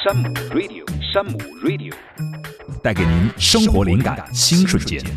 山姆 Radio， 山姆 Radio， 带给您生活灵感新瞬间。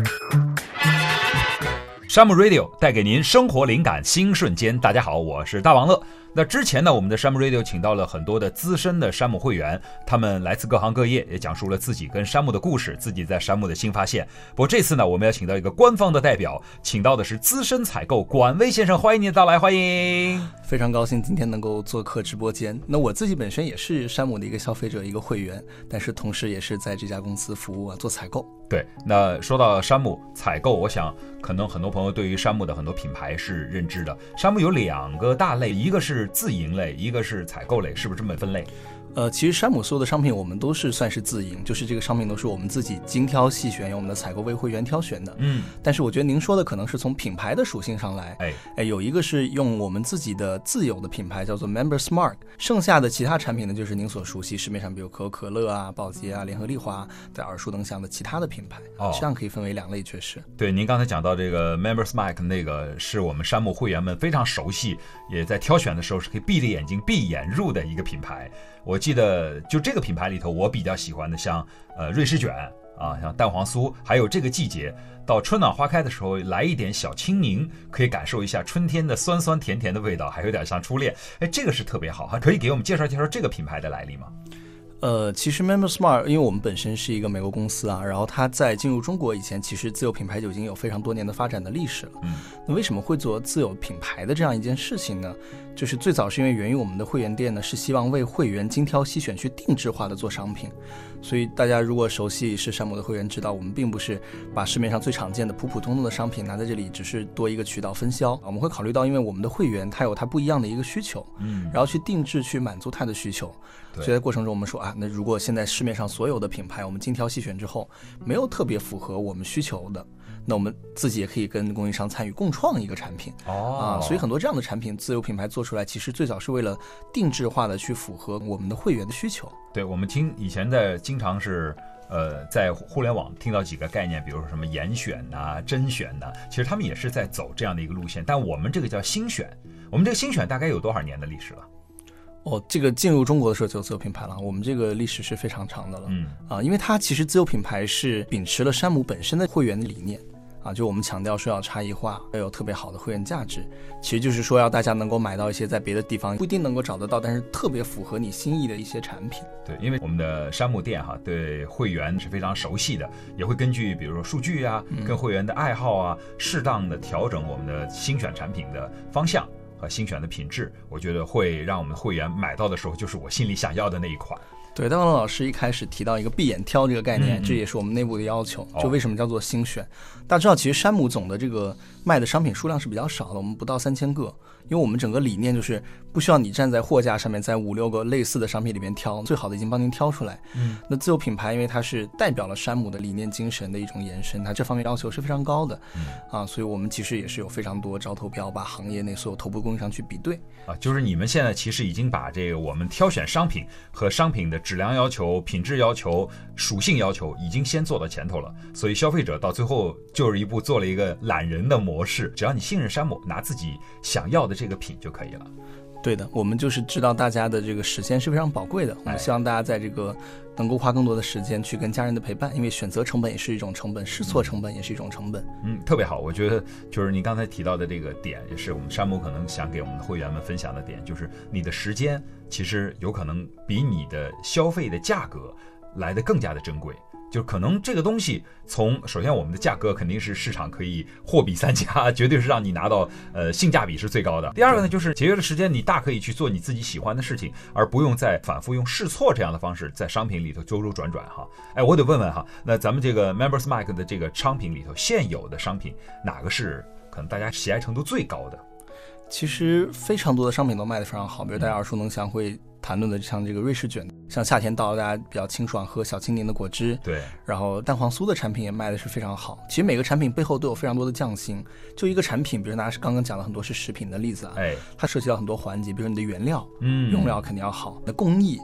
山姆 Radio 带给您生活灵感新瞬间。大家好，我是大王乐。那之前呢，我们的山姆 Radio 请到了很多的资深的山姆会员，他们来自各行各业，也讲述了自己跟山姆的故事，自己在山姆的新发现。不过这次呢，我们要请到一个官方的代表，请到的是资深采购管威先生，欢迎您的到来，欢迎。 非常高兴今天能够做客直播间。那我自己本身也是山姆的一个消费者，一个会员，但是同时也是在这家公司服务做采购。 对，那说到山姆采购，我想可能很多朋友对于山姆的很多品牌是认知的。山姆有两个大类，一个是自营类，一个是采购类，是不是这么分类？ 其实山姆所有的商品我们都是算是自营，就是这个商品都是我们自己精挑细选，由我们的采购为会员挑选的。但是我觉得您说的可能是从品牌的属性上来，有一个是用我们自己的自有的品牌叫做 Member's Mark， 剩下的其他产品呢，就是您所熟悉市面上比如可口可乐啊、宝洁啊、联合利华在耳熟能详的其他的品牌，实际上可以分为两类，确实。 对，您刚才讲到这个 Member's Mark， 那个是我们山姆会员们非常熟悉，也在挑选的时候是可以闭着眼睛闭眼入的一个品牌。我记得就这个品牌里头，我比较喜欢的像瑞士卷啊，像蛋黄酥，还有这个季节到春暖花开的时候来一点小青柠，可以感受一下春天的酸酸甜甜的味道，还有点像初恋。这个是特别好，可以给我们介绍介绍这个品牌的来历吗？ 其实 Member's Mark 因为我们本身是一个美国公司啊，然后它在进入中国以前，其实自有品牌就已经有非常多年的发展的历史了。那为什么会做自有品牌的这样一件事情呢？就是最早是因为源于我们的会员店呢，是希望为会员精挑细选去定制化的做商品。所以大家如果熟悉是山姆的会员知道，我们并不是把市面上最常见的普普通通的商品拿在这里只是多一个渠道分销，我们会考虑到因为我们的会员他有他不一样的一个需求，然后去定制去满足他的需求。所以在过程中我们说啊，那如果现在市面上所有的品牌我们精挑细选之后没有特别符合我们需求的，那我们自己也可以跟供应商参与共创一个产品。所以很多这样的产品自有品牌做出来，其实最早是为了定制化的去符合我们的会员的需求。 对，我们以前经常是在互联网听到几个概念，比如说什么严选呐、甄选呐，其实他们也是在走这样的一个路线，但我们这个叫新选。我们这个新选大概有多少年的历史了？ 这个进入中国的时候就有自有品牌了，我们这个历史是非常长的了。因为它其实自有品牌是秉持了山姆本身的会员的理念就我们强调说要差异化，要有特别好的会员价值，其实就是说要大家能够买到一些在别的地方不一定能够找得到，但是特别符合你心意的一些产品。 对，因为我们的山姆店对会员是非常熟悉的，也会根据比如说数据啊，跟会员的爱好啊，适当的调整我们的新选产品的方向和新选的品质，我觉得会让我们的会员买到的时候就是我心里想要的那一款。 对，大王老师一开始提到一个闭眼挑这个概念，这也是我们内部的要求。就为什么叫做新选？大家知道，其实山姆总的这个卖的商品数量是比较少的，我们不到3000个，因为我们整个理念就是不需要你站在货架上面，在5-6个类似的商品里面挑，最好的已经帮您挑出来。那自有品牌，因为它是代表了山姆的理念精神的一种延伸，它这方面要求是非常高的。所以我们其实也是有非常多招投标，把行业内所有头部供应商去比对。 就是你们现在其实已经把这个我们挑选商品和商品的质量要求、品质要求、属性要求已经先做到前头了，所以消费者到最后就是一步做了一个懒人的模式，只要你信任山姆，拿自己想要的这个品就可以了。 对的，我们就是知道大家的这个时间是非常宝贵的，我们希望大家在这个能够花更多的时间去跟家人的陪伴，因为选择成本也是一种成本，试错成本也是一种成本。 特别好，我觉得就是你刚才提到的这个点，也是我们山姆可能想给我们的会员们分享的点，就是你的时间其实有可能比你的消费的价格来得更加的珍贵。就可能这个东西首先我们的价格肯定是市场可以货比三家，绝对是让你拿到性价比是最高的。第二个呢，就是节约的时间，你大可以去做你自己喜欢的事情，而不用再反复用试错这样的方式在商品里头周周转转我得问问那咱们这个 Member's Mark 的这个商品里头现有的商品哪个是可能大家喜爱程度最高的？ 其实非常多的商品都卖得非常好，比如大家耳熟能详会谈论的像这个瑞士卷，像夏天到了大家比较清爽喝小青柠的果汁， 对， 然后蛋黄酥的产品也卖的是非常好。其实每个产品背后都有非常多的匠心，就一个产品比如拿刚刚讲了很多是食品的例子它涉及到很多环节，比如你的原料用料肯定要好，你的工艺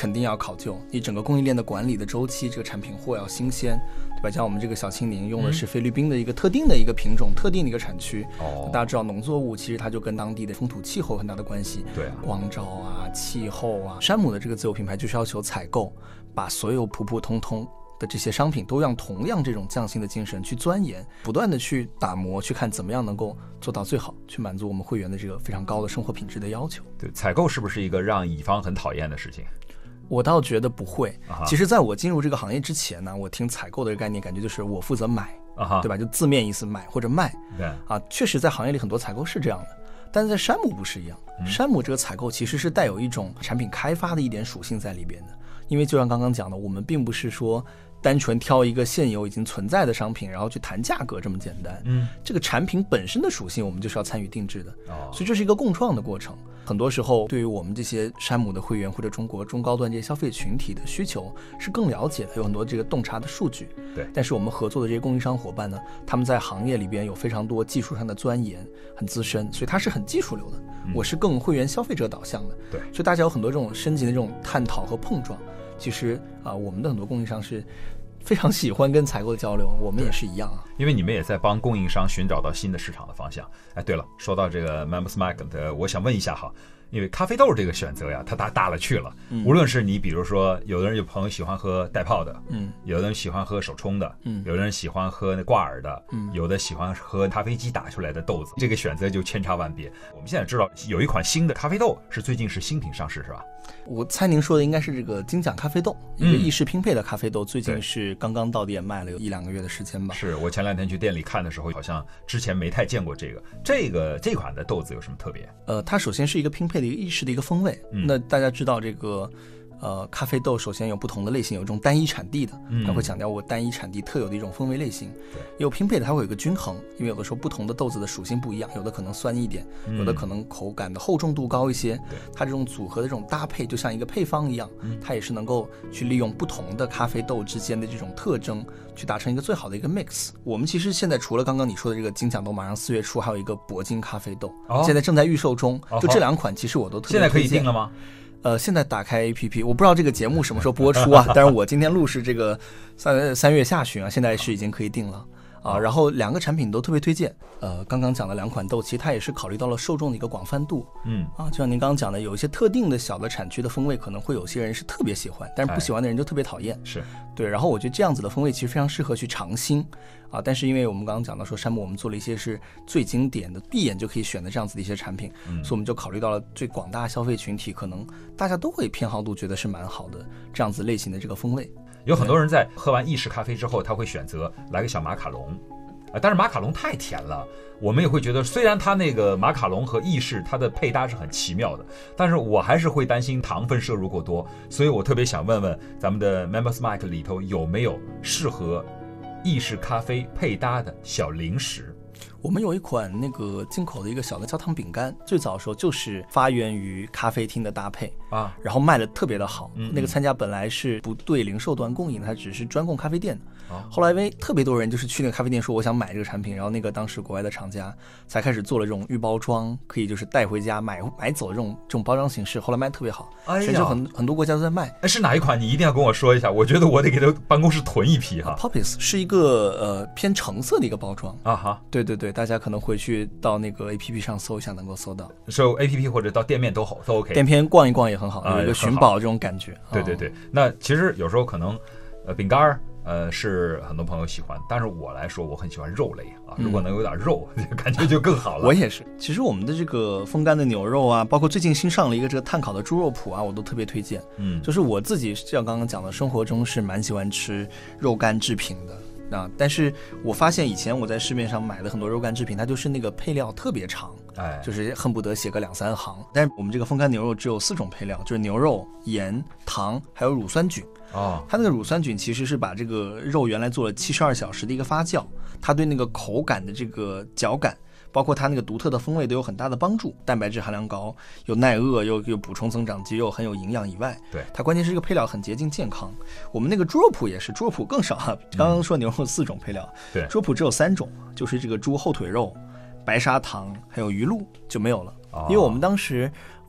肯定要考究，你整个供应链的管理的周期，这个产品货要新鲜，对吧？像我们这个小青柠用的是菲律宾的一个特定的一个品种，特定的一个产区。大家知道农作物其实它就跟当地的风土气候很大的关系， 对啊， 光照啊、气候啊。山姆的这个自有品牌就是要求采购把所有普普通通的这些商品都让同样这种匠心的精神去钻研，不断的去打磨，去看怎么样能够做到最好，去满足我们会员的这个非常高的生活品质的要求。 对，采购是不是一个让乙方很讨厌的事情？ 我倒觉得不会。其实在我进入这个行业之前呢，我听采购的概念感觉就是我负责买，对吧？就字面意思买或者卖。 对啊，确实在行业里很多采购是这样的，但是在山姆不是一样。山姆这个采购其实是带有一种产品开发的一点属性在里边的，因为就像刚刚讲的，我们并不是说单纯挑一个现有已经存在的商品，然后去谈价格这么简单。这个产品本身的属性，我们就是要参与定制的。所以这是一个共创的过程。很多时候，对于我们这些山姆的会员或者中国中高端这些消费群体的需求是更了解的，有很多这个洞察的数据。 对。 但是我们合作的这些供应商伙伴呢，他们在行业里边有非常多技术上的钻研，很资深，所以他是很技术流的。我是更会员消费者导向的。 对。 所以大家有很多这种深级的这种探讨和碰撞。其实我们的很多供应商是非常喜欢跟采购的交流，我们也是一样啊。 因为你们也在帮供应商寻找到新的市场的方向。哎，对了，说到这个 Members Mark 的，我想问一下哈，因为咖啡豆这个选择呀，它大了去了。无论是你比如说，有的人有朋友喜欢喝带泡的，有的人喜欢喝手冲的，有的人喜欢喝那挂耳的，有的喜欢喝咖啡机打出来的豆子，这个选择就千差万别。我们现在知道有一款新的咖啡豆是最近是新品上市，是吧？ 我猜您说的应该是这个金奖咖啡豆，一个意式拼配的咖啡豆，最近是刚刚到店卖了有1-2个月的时间吧。 是我前2天去店里看的时候，好像之前没太见过这款的豆子有什么特别？ 它首先是一个拼配的一个意式的一个风味。那大家知道这个咖啡豆首先有不同的类型，有一种单一产地的，它会强调我单一产地特有的一种风味类型。有拼配的，它会有一个均衡，因为有的时候不同的豆子的属性不一样，有的可能酸一点，有的可能口感的厚重度高一些。它这种组合的这种搭配就像一个配方一样，它也是能够去利用不同的咖啡豆之间的这种特征，去达成一个最好的一个 mix。我们其实现在除了刚刚你说的这个金奖豆，马上4月初还有一个铂金咖啡豆，现在正在预售中。就这2款其实我都特别推荐。 现在可以订了吗？ 现在打开 APP， 我不知道这个节目什么时候播出啊，但是我今天录是这个3月下旬啊，现在是已经可以订了啊。然后2个产品都特别推荐。刚刚讲的2款豆，其实它也是考虑到了受众的一个广泛度。就像您刚刚讲的，有一些特定的小的产区的风味，可能会有些人是特别喜欢，但是不喜欢的人就特别讨厌。 是对。然后我觉得这样子的风味其实非常适合去尝新啊。但是因为我们刚刚讲到说山姆我们做了一些是最经典的闭眼就可以选的这样子的一些产品，所以我们就考虑到了最广大消费群体，可能大家都会偏好度觉得是蛮好的这样子类型的这个风味。 有很多人在喝完意式咖啡之后，他会选择来个小马卡龙。但是马卡龙太甜了，我们也会觉得，虽然它那个马卡龙和意式它的配搭是很奇妙的，但是我还是会担心糖分摄入过多，所以我特别想问问咱们的 Members Mark 里头有没有适合意式咖啡配搭的小零食。 我们有一款那个进口的一个小的焦糖饼干，最早的时候就是发源于咖啡厅的搭配啊，然后卖的特别的好。那个参加本来是不对零售端供应的，它只是专供咖啡店的。后来因为特别多人就是去那个咖啡店说我想买这个产品，然后那个当时国外的厂家才开始做了这种预包装，可以就是带回家买走这种包装形式，后来卖得特别好，甚至很多国家都在卖。 是哪一款？你一定要跟我说一下，我觉得我得给他办公室囤一批哈。 Poppies 是一个偏橙色的一个包装啊哈， 对对对，大家可能回去到那个 APP 上搜一下，能够搜到。 搜 APP 或者到店面都好，都 OK。 店面逛一逛也很好，有一个寻宝这种感觉。 对对对，那其实有时候可能饼干是很多朋友喜欢，但是我来说我很喜欢肉类啊，如果能有点肉，感觉就更好了。 我也是。其实我们的这个风干的牛肉啊，包括最近新上了一个这个碳烤的猪肉脯啊，我都特别推荐。就是我自己像刚刚讲的，生活中是蛮喜欢吃肉干制品的。但是我发现以前我在市面上买的很多肉干制品，它就是那个配料特别长，就是恨不得写个2-3行。但是我们这个风干牛肉只有4种配料，就是牛肉、盐、糖，还有乳酸菌。它那个乳酸菌其实是把这个肉原来做了72小时的一个发酵，它对那个口感的这个嚼感，包括它那个独特的风味都有很大的帮助，蛋白质含量高，又耐饿又补充增长肌肉，很有营养以外， 对它关键是这个配料很洁净健康。我们那个猪肉脯也是，猪肉脯更少啊，刚刚说牛肉4种配料， 对， 猪肉脯只有3种，就是这个猪后腿肉、白砂糖还有鱼露就没有了。因为我们当时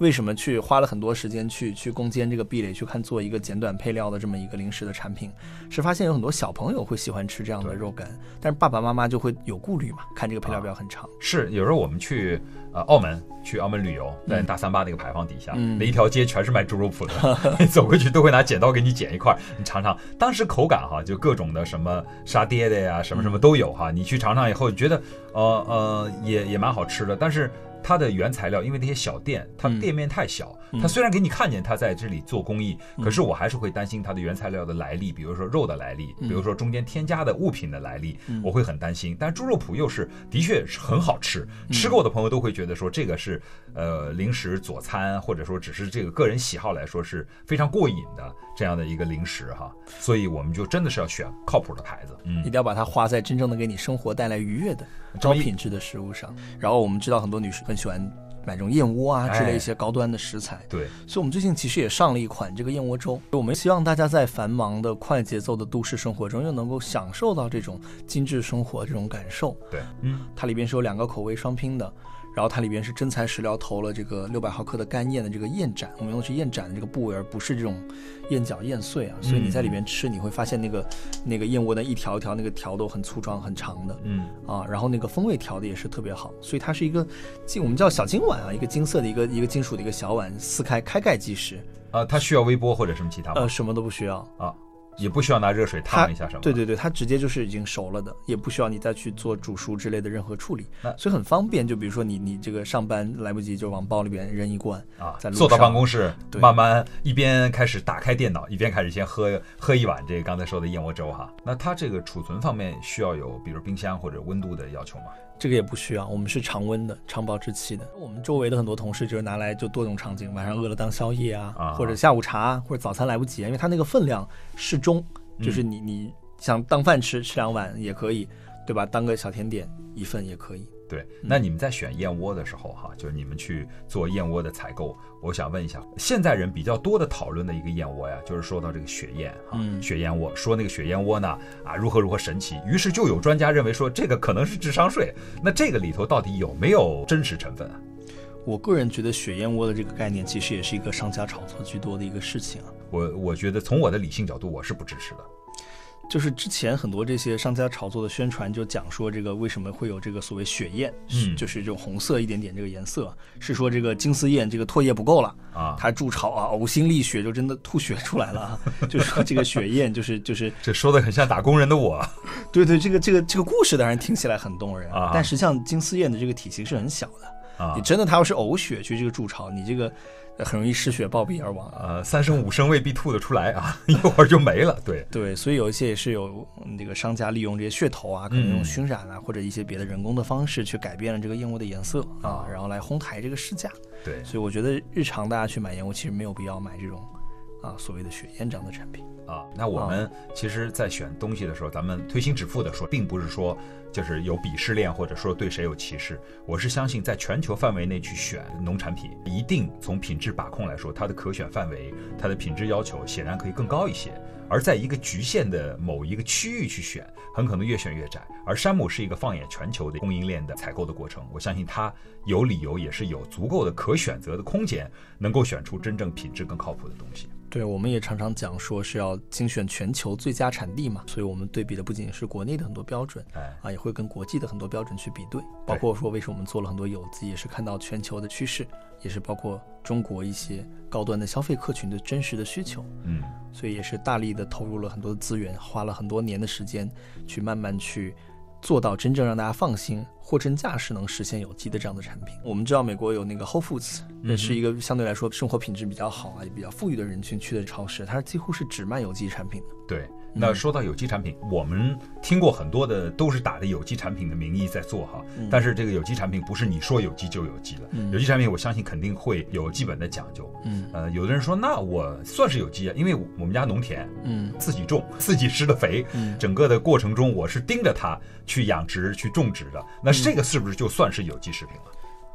为什么去花了很多时间去攻坚这个壁垒，去看做一个简短配料的这么一个零食的产品，是发现有很多小朋友会喜欢吃这样的肉干，但是爸爸妈妈就会有顾虑嘛，看这个配料表很长。 是有时候我们去澳门旅游，在大三巴那个牌坊底下，那一条街全是卖猪肉脯的，你走过去都会拿剪刀给你剪一块，你尝尝，当时口感哈，就各种的什么沙爹的呀，什么什么都有哈，你去尝尝以后觉得也蛮好吃的，但是它的原材料，因为那些小店，它店面太小，它虽然给你看见它在这里做工艺，可是我还是会担心它的原材料的来历，比如说肉的来历，比如说中间添加的物品的来历，我会很担心。但是猪肉脯又是的确是很好吃，吃过的朋友都会觉得说这个是零食佐餐，或者说只是这个个人喜好来说是非常过瘾的这样的一个零食哈。所以我们就真的是要选靠谱的牌子， 一定要把它花在真正的给你生活带来愉悦的高品质的食物上。然后我们知道很多女士很喜欢买这种燕窝啊之类一些高端的食材， 对， 所以我们最近其实也上了一款这个燕窝粥。我们希望大家在繁忙的快节奏的都市生活中，又能够享受到这种精致生活这种感受。 对， 它里边是有2个口味双拼的。然后它里边是真材实料投了这个600毫克的干燕的这个燕盏，我们用的是燕盏的这个部位，而不是这种燕饺燕碎啊，所以你在里面吃，你会发现那个燕窝的一条一条那个条都很粗壮很长的，然后那个风味调的也是特别好，所以它是一个我们叫小金碗啊，一个金色的一个金属的一个小碗，撕开开盖即食。 它需要微波或者什么其他吗？ 什么都不需要啊。 也不需要拿热水烫一下什么？ 对对对，它直接就是已经熟了的，也不需要你再去做煮熟之类的任何处理，所以很方便。就比如说你这个上班来不及，就往包里边扔一罐啊，在路上坐到办公室，慢慢一边开始打开电脑，一边开始先喝一碗这个刚才说的燕窝粥哈。那它这个储存方面需要有比如冰箱或者温度的要求吗？ 这个也不需要，我们是常温的、长保质期的。我们周围的很多同事就是拿来就多种场景，晚上饿了当宵夜啊，或者下午茶或者早餐来不及，因为它那个分量适中，就是你想当饭吃2碗也可以，对吧？当个小甜点1份也可以。 对，那你们在选燕窝的时候哈，就是你们去做燕窝的采购，我想问一下，现在人比较多的讨论的一个燕窝呀，就是说到这个雪燕哈，雪燕窝，说那个雪燕窝呢如何神奇，于是就有专家认为说这个可能是智商税，那这个里头到底有没有真实成分啊？ 我个人觉得雪燕窝的这个概念其实也是一个商家炒作居多的一个事情啊。 我觉得从我的理性角度，我是不支持的。 就是之前很多这些商家炒作的宣传就讲说，这个为什么会有这个所谓雪燕，就是这种红色一点点这个颜色，是说这个金丝燕这个唾液不够了啊，它筑巢啊，呕心沥血就真的吐血出来了啊，就说这个雪燕就是这说的很像打工人的我。 对对，这个故事当然听起来很动人啊，但实际上金丝燕的这个体型是很小的啊，你真的它要是呕血去这个筑巢，你这个很容易失血暴毙而亡 3升5升未必吐得出来啊，一会儿就没了。 对，所以有一些也是有这个商家利用这些噱头啊，可能用熏染啊，或者一些别的人工的方式去改变了这个燕窝的颜色啊，然后来哄抬这个市价。 对， 所以我觉得日常大家去买燕窝，其实没有必要买这种所谓的雪燕这样的产品啊。那我们其实在选东西的时候，咱们推心置腹的说，并不是说就是有鄙视链，或者说对谁有歧视。我是相信在全球范围内去选农产品，一定从品质把控来说，它的可选范围，它的品质要求显然可以更高一些。而在一个局限的某一个区域去选，很可能越选越窄。而山姆是一个放眼全球的供应链的采购的过程，我相信它有理由，也是有足够的可选择的空间，能够选出真正品质更靠谱的东西。 对，我们也常常讲说是要精选全球最佳产地嘛，所以我们对比的不仅是国内的很多标准，也会跟国际的很多标准去比对，包括说为什么我们做了很多有机，也是看到全球的趋势，也是包括中国一些高端的消费客群的真实的需求，所以也是大力的投入了很多的资源，花了很多年的时间去慢慢去做到真正让大家放心，货真价实能实现有机的这样的产品。我们知道美国有那个 Whole Foods， 也是一个相对来说生活品质比较好也比较富裕的人群去的超市，它几乎是只卖有机产品的。 对，那说到有机产品，我们听过很多的都是打着有机产品的名义在做哈，但是这个有机产品不是你说有机就有机了，有机产品我相信肯定会有基本的讲究。有的人说那我算是有机啊，因为我们家农田，自己种，自己施的肥，整个的过程中我是盯着它去养殖去种植的，那这个是不是就算是有机食品了？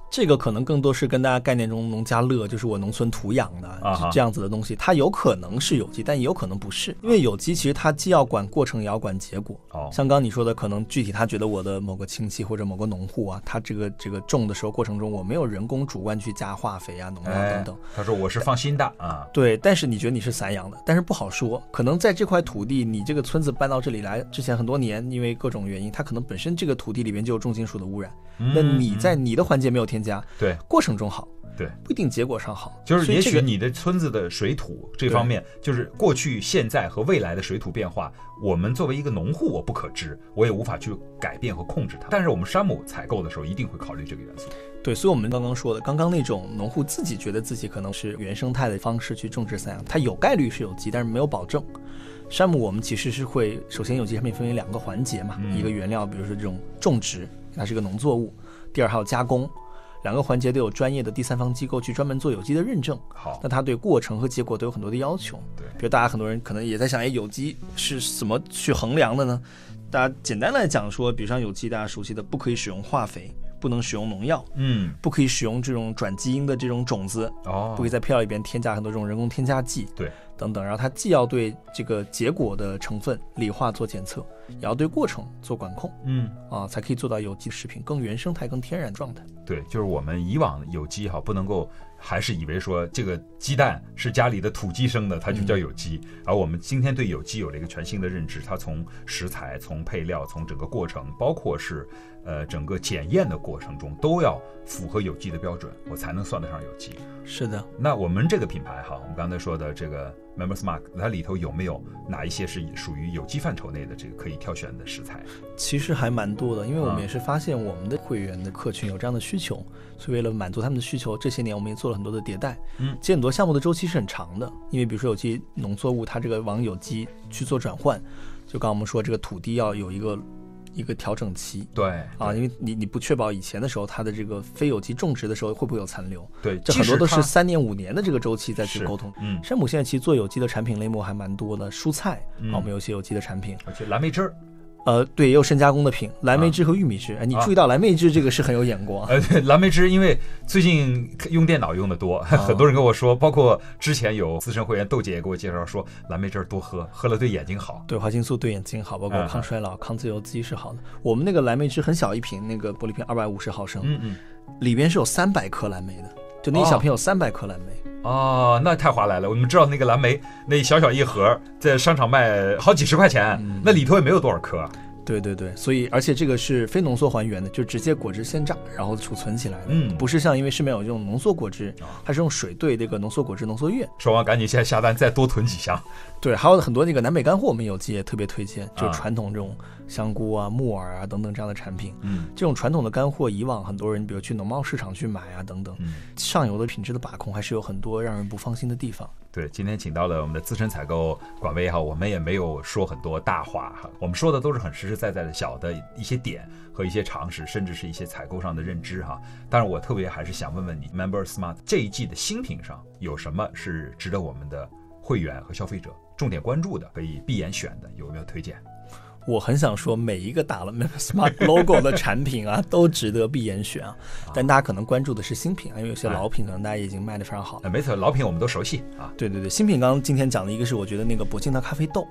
这个可能更多是跟大家概念中农家乐，就是我农村土养的这样子的东西，它有可能是有机，但也有可能不是，因为有机其实它既要管过程也要管结果。像刚你说的，可能具体他觉得我的某个亲戚或者某个农户啊，他这个种的时候过程中我没有人工主观去加化肥啊、农药等等。 他说我是放心的啊。 对，但是你觉得你是散养的，但是不好说，可能在这块土地，你这个村子搬到这里来之前很多年，因为各种原因，它可能本身这个土地里边就有重金属的污染。那你在你的环节没有添加， 对， 过程中好， 对， 不一定结果上好。 就是也许你的村子的水土这方面，就是过去、现在和未来的水土变化，我们作为一个农户，我不可知，我也无法去改变和控制它。但是我们山姆采购的时候，一定会考虑这个元素。 对，所以我们刚刚说的，刚刚那种农户自己觉得自己可能是原生态的方式去种植散养，它有概率是有机，但是没有保证。山姆我们其实是会，首先有机产品分为2个环节嘛，一个原料，比如说这种种植，它是一个农作物；第二还有加工，2个环节都有专业的第三方机构去专门做有机的认证。 好， 那它对过程和结果都有很多的要求。 对， 比如大家很多人可能也在想，有机是怎么去衡量的呢？大家简单来讲说，比如像有机大家熟悉的，不可以使用化肥，不能使用农药，不可以使用这种转基因的这种种子，不可以在配料里边添加很多这种人工添加剂， 对， 等等。然后它既要对这个结果的成分理化做检测，也要对过程做管控，才可以做到有机食品更原生态、更天然状态。 对，就是我们以往有机不能够还是以为说这个鸡蛋是家里的土鸡生的，它就叫有机。而我们今天对有机有了一个全新的认知，它从食材、从配料、从整个过程，包括是整个检验的过程中，都要符合有机的标准，我才能算得上有机。 是的。 那我们这个品牌我们刚才说的这个 Members Mark， 它里头有没有哪一些是属于有机范畴内的这个可以挑选的食材？ 其实还蛮多的，因为我们也是发现我们的会员的客群有这样的需求，所以为了满足他们的需求，这些年我们也做了很多的迭代。其实很多项目的周期是很长的，因为比如说有机农作物，它这个往有机去做转换，就刚刚我们说这个土地要有一个调整期， 对因为你不确保以前的时候它的这个非有机种植的时候会不会有残留， 对， 这很多都是3年5年的这个周期再去沟通。山姆现在其实做有机的产品类目还蛮多的，蔬菜我们有些有机的产品， 而且蓝莓汁儿。 对，也有深加工的品，蓝莓汁和玉米汁。你注意到蓝莓汁这个是很有眼光。 对，蓝莓汁，因为最近用电脑用的多，很多人跟我说，包括之前有资深会员豆姐也给我介绍说，蓝莓汁多喝，喝了对眼睛好。 对，花青素对眼睛好，包括抗衰老、抗自由基是好的。我们那个蓝莓汁很小一瓶，那个玻璃瓶250毫升，里边是有300克蓝莓的，就那一小瓶有300克蓝莓。 那太划来了。我们知道那个蓝莓那小小一盒在商场卖好几十块钱，那里头也没有多少颗。 对对对，所以而且这个是非浓缩还原的，就直接果汁鲜榨然后储存起来的，不是像因为市面有这种浓缩果汁，它是用水兑这个浓缩果汁浓缩液。 说完赶紧现在下单再多囤几箱。 对，还有很多那个南北干货我们有机也特别推荐，就是传统这种香菇啊、木耳啊等等这样的产品。这种传统的干货以往很多人比如去农贸市场去买啊等等，上游的品质的把控还是有很多让人不放心的地方。 对，今天请到了我们的资深采购管威我们也没有说很多大话我们说的都是很实实在在的小的一些点和一些常识，甚至是一些采购上的认知当然我特别还是想问问你 Members Smart 这一季的新品上有什么是值得我们的会员和消费者重点关注的，可以闭眼选的，有没有推荐？ 我很想说每一个打了 Members Smart logo 的产品都值得闭眼选但大家可能关注的是新品因为有些老品可能大家已经卖得非常好没错，老品我们都熟悉对对对，新品刚刚今天讲的一个是我觉得那个博金的咖啡豆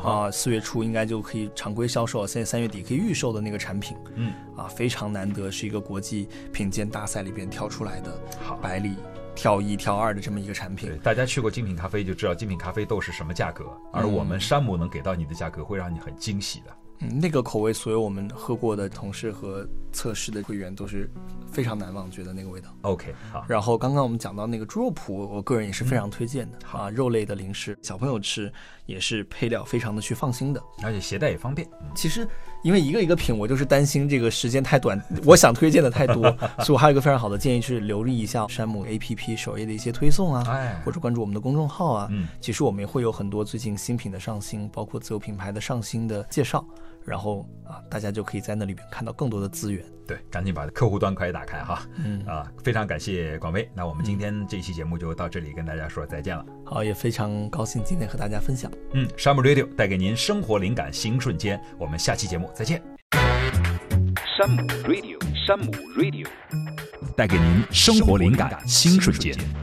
4月初应该就可以常规销售，现在3月底可以预售的那个产品非常难得，是一个国际品鉴大赛里边挑出来的百里挑1挑2的这么一个产品。 对，大家去过精品咖啡就知道精品咖啡豆是什么价格，而我们山姆能给到你的价格会让你很惊喜的。 那个口味所有我们喝过的同事和测试的会员都是非常难忘，觉得那个味道 OK 好。 然后刚刚我们讲到那个猪肉脯，我个人也是非常推荐的肉类的零食小朋友吃也是配料非常的去放心的， 而且携带也方便其实因为一个一个品我就是担心这个时间太短我想推荐的太多所以我还有一个非常好的建议是留意一下山姆 APP 首页的一些推送或者关注我们的公众号其实我们也会有很多最近新品的上新，包括自有品牌的上新的介绍，然后大家就可以在那里边看到更多的资源。 对，赶紧把客户端快打开非常感谢广威。那我们今天这一期节目就到这里跟大家说再见了。 好，也非常高兴今天和大家分享。 山姆 Radio 带给您生活灵感新瞬间，我们下期节目再见。 山姆 Radio， 山姆 Radio。 带给您生活灵感新瞬间。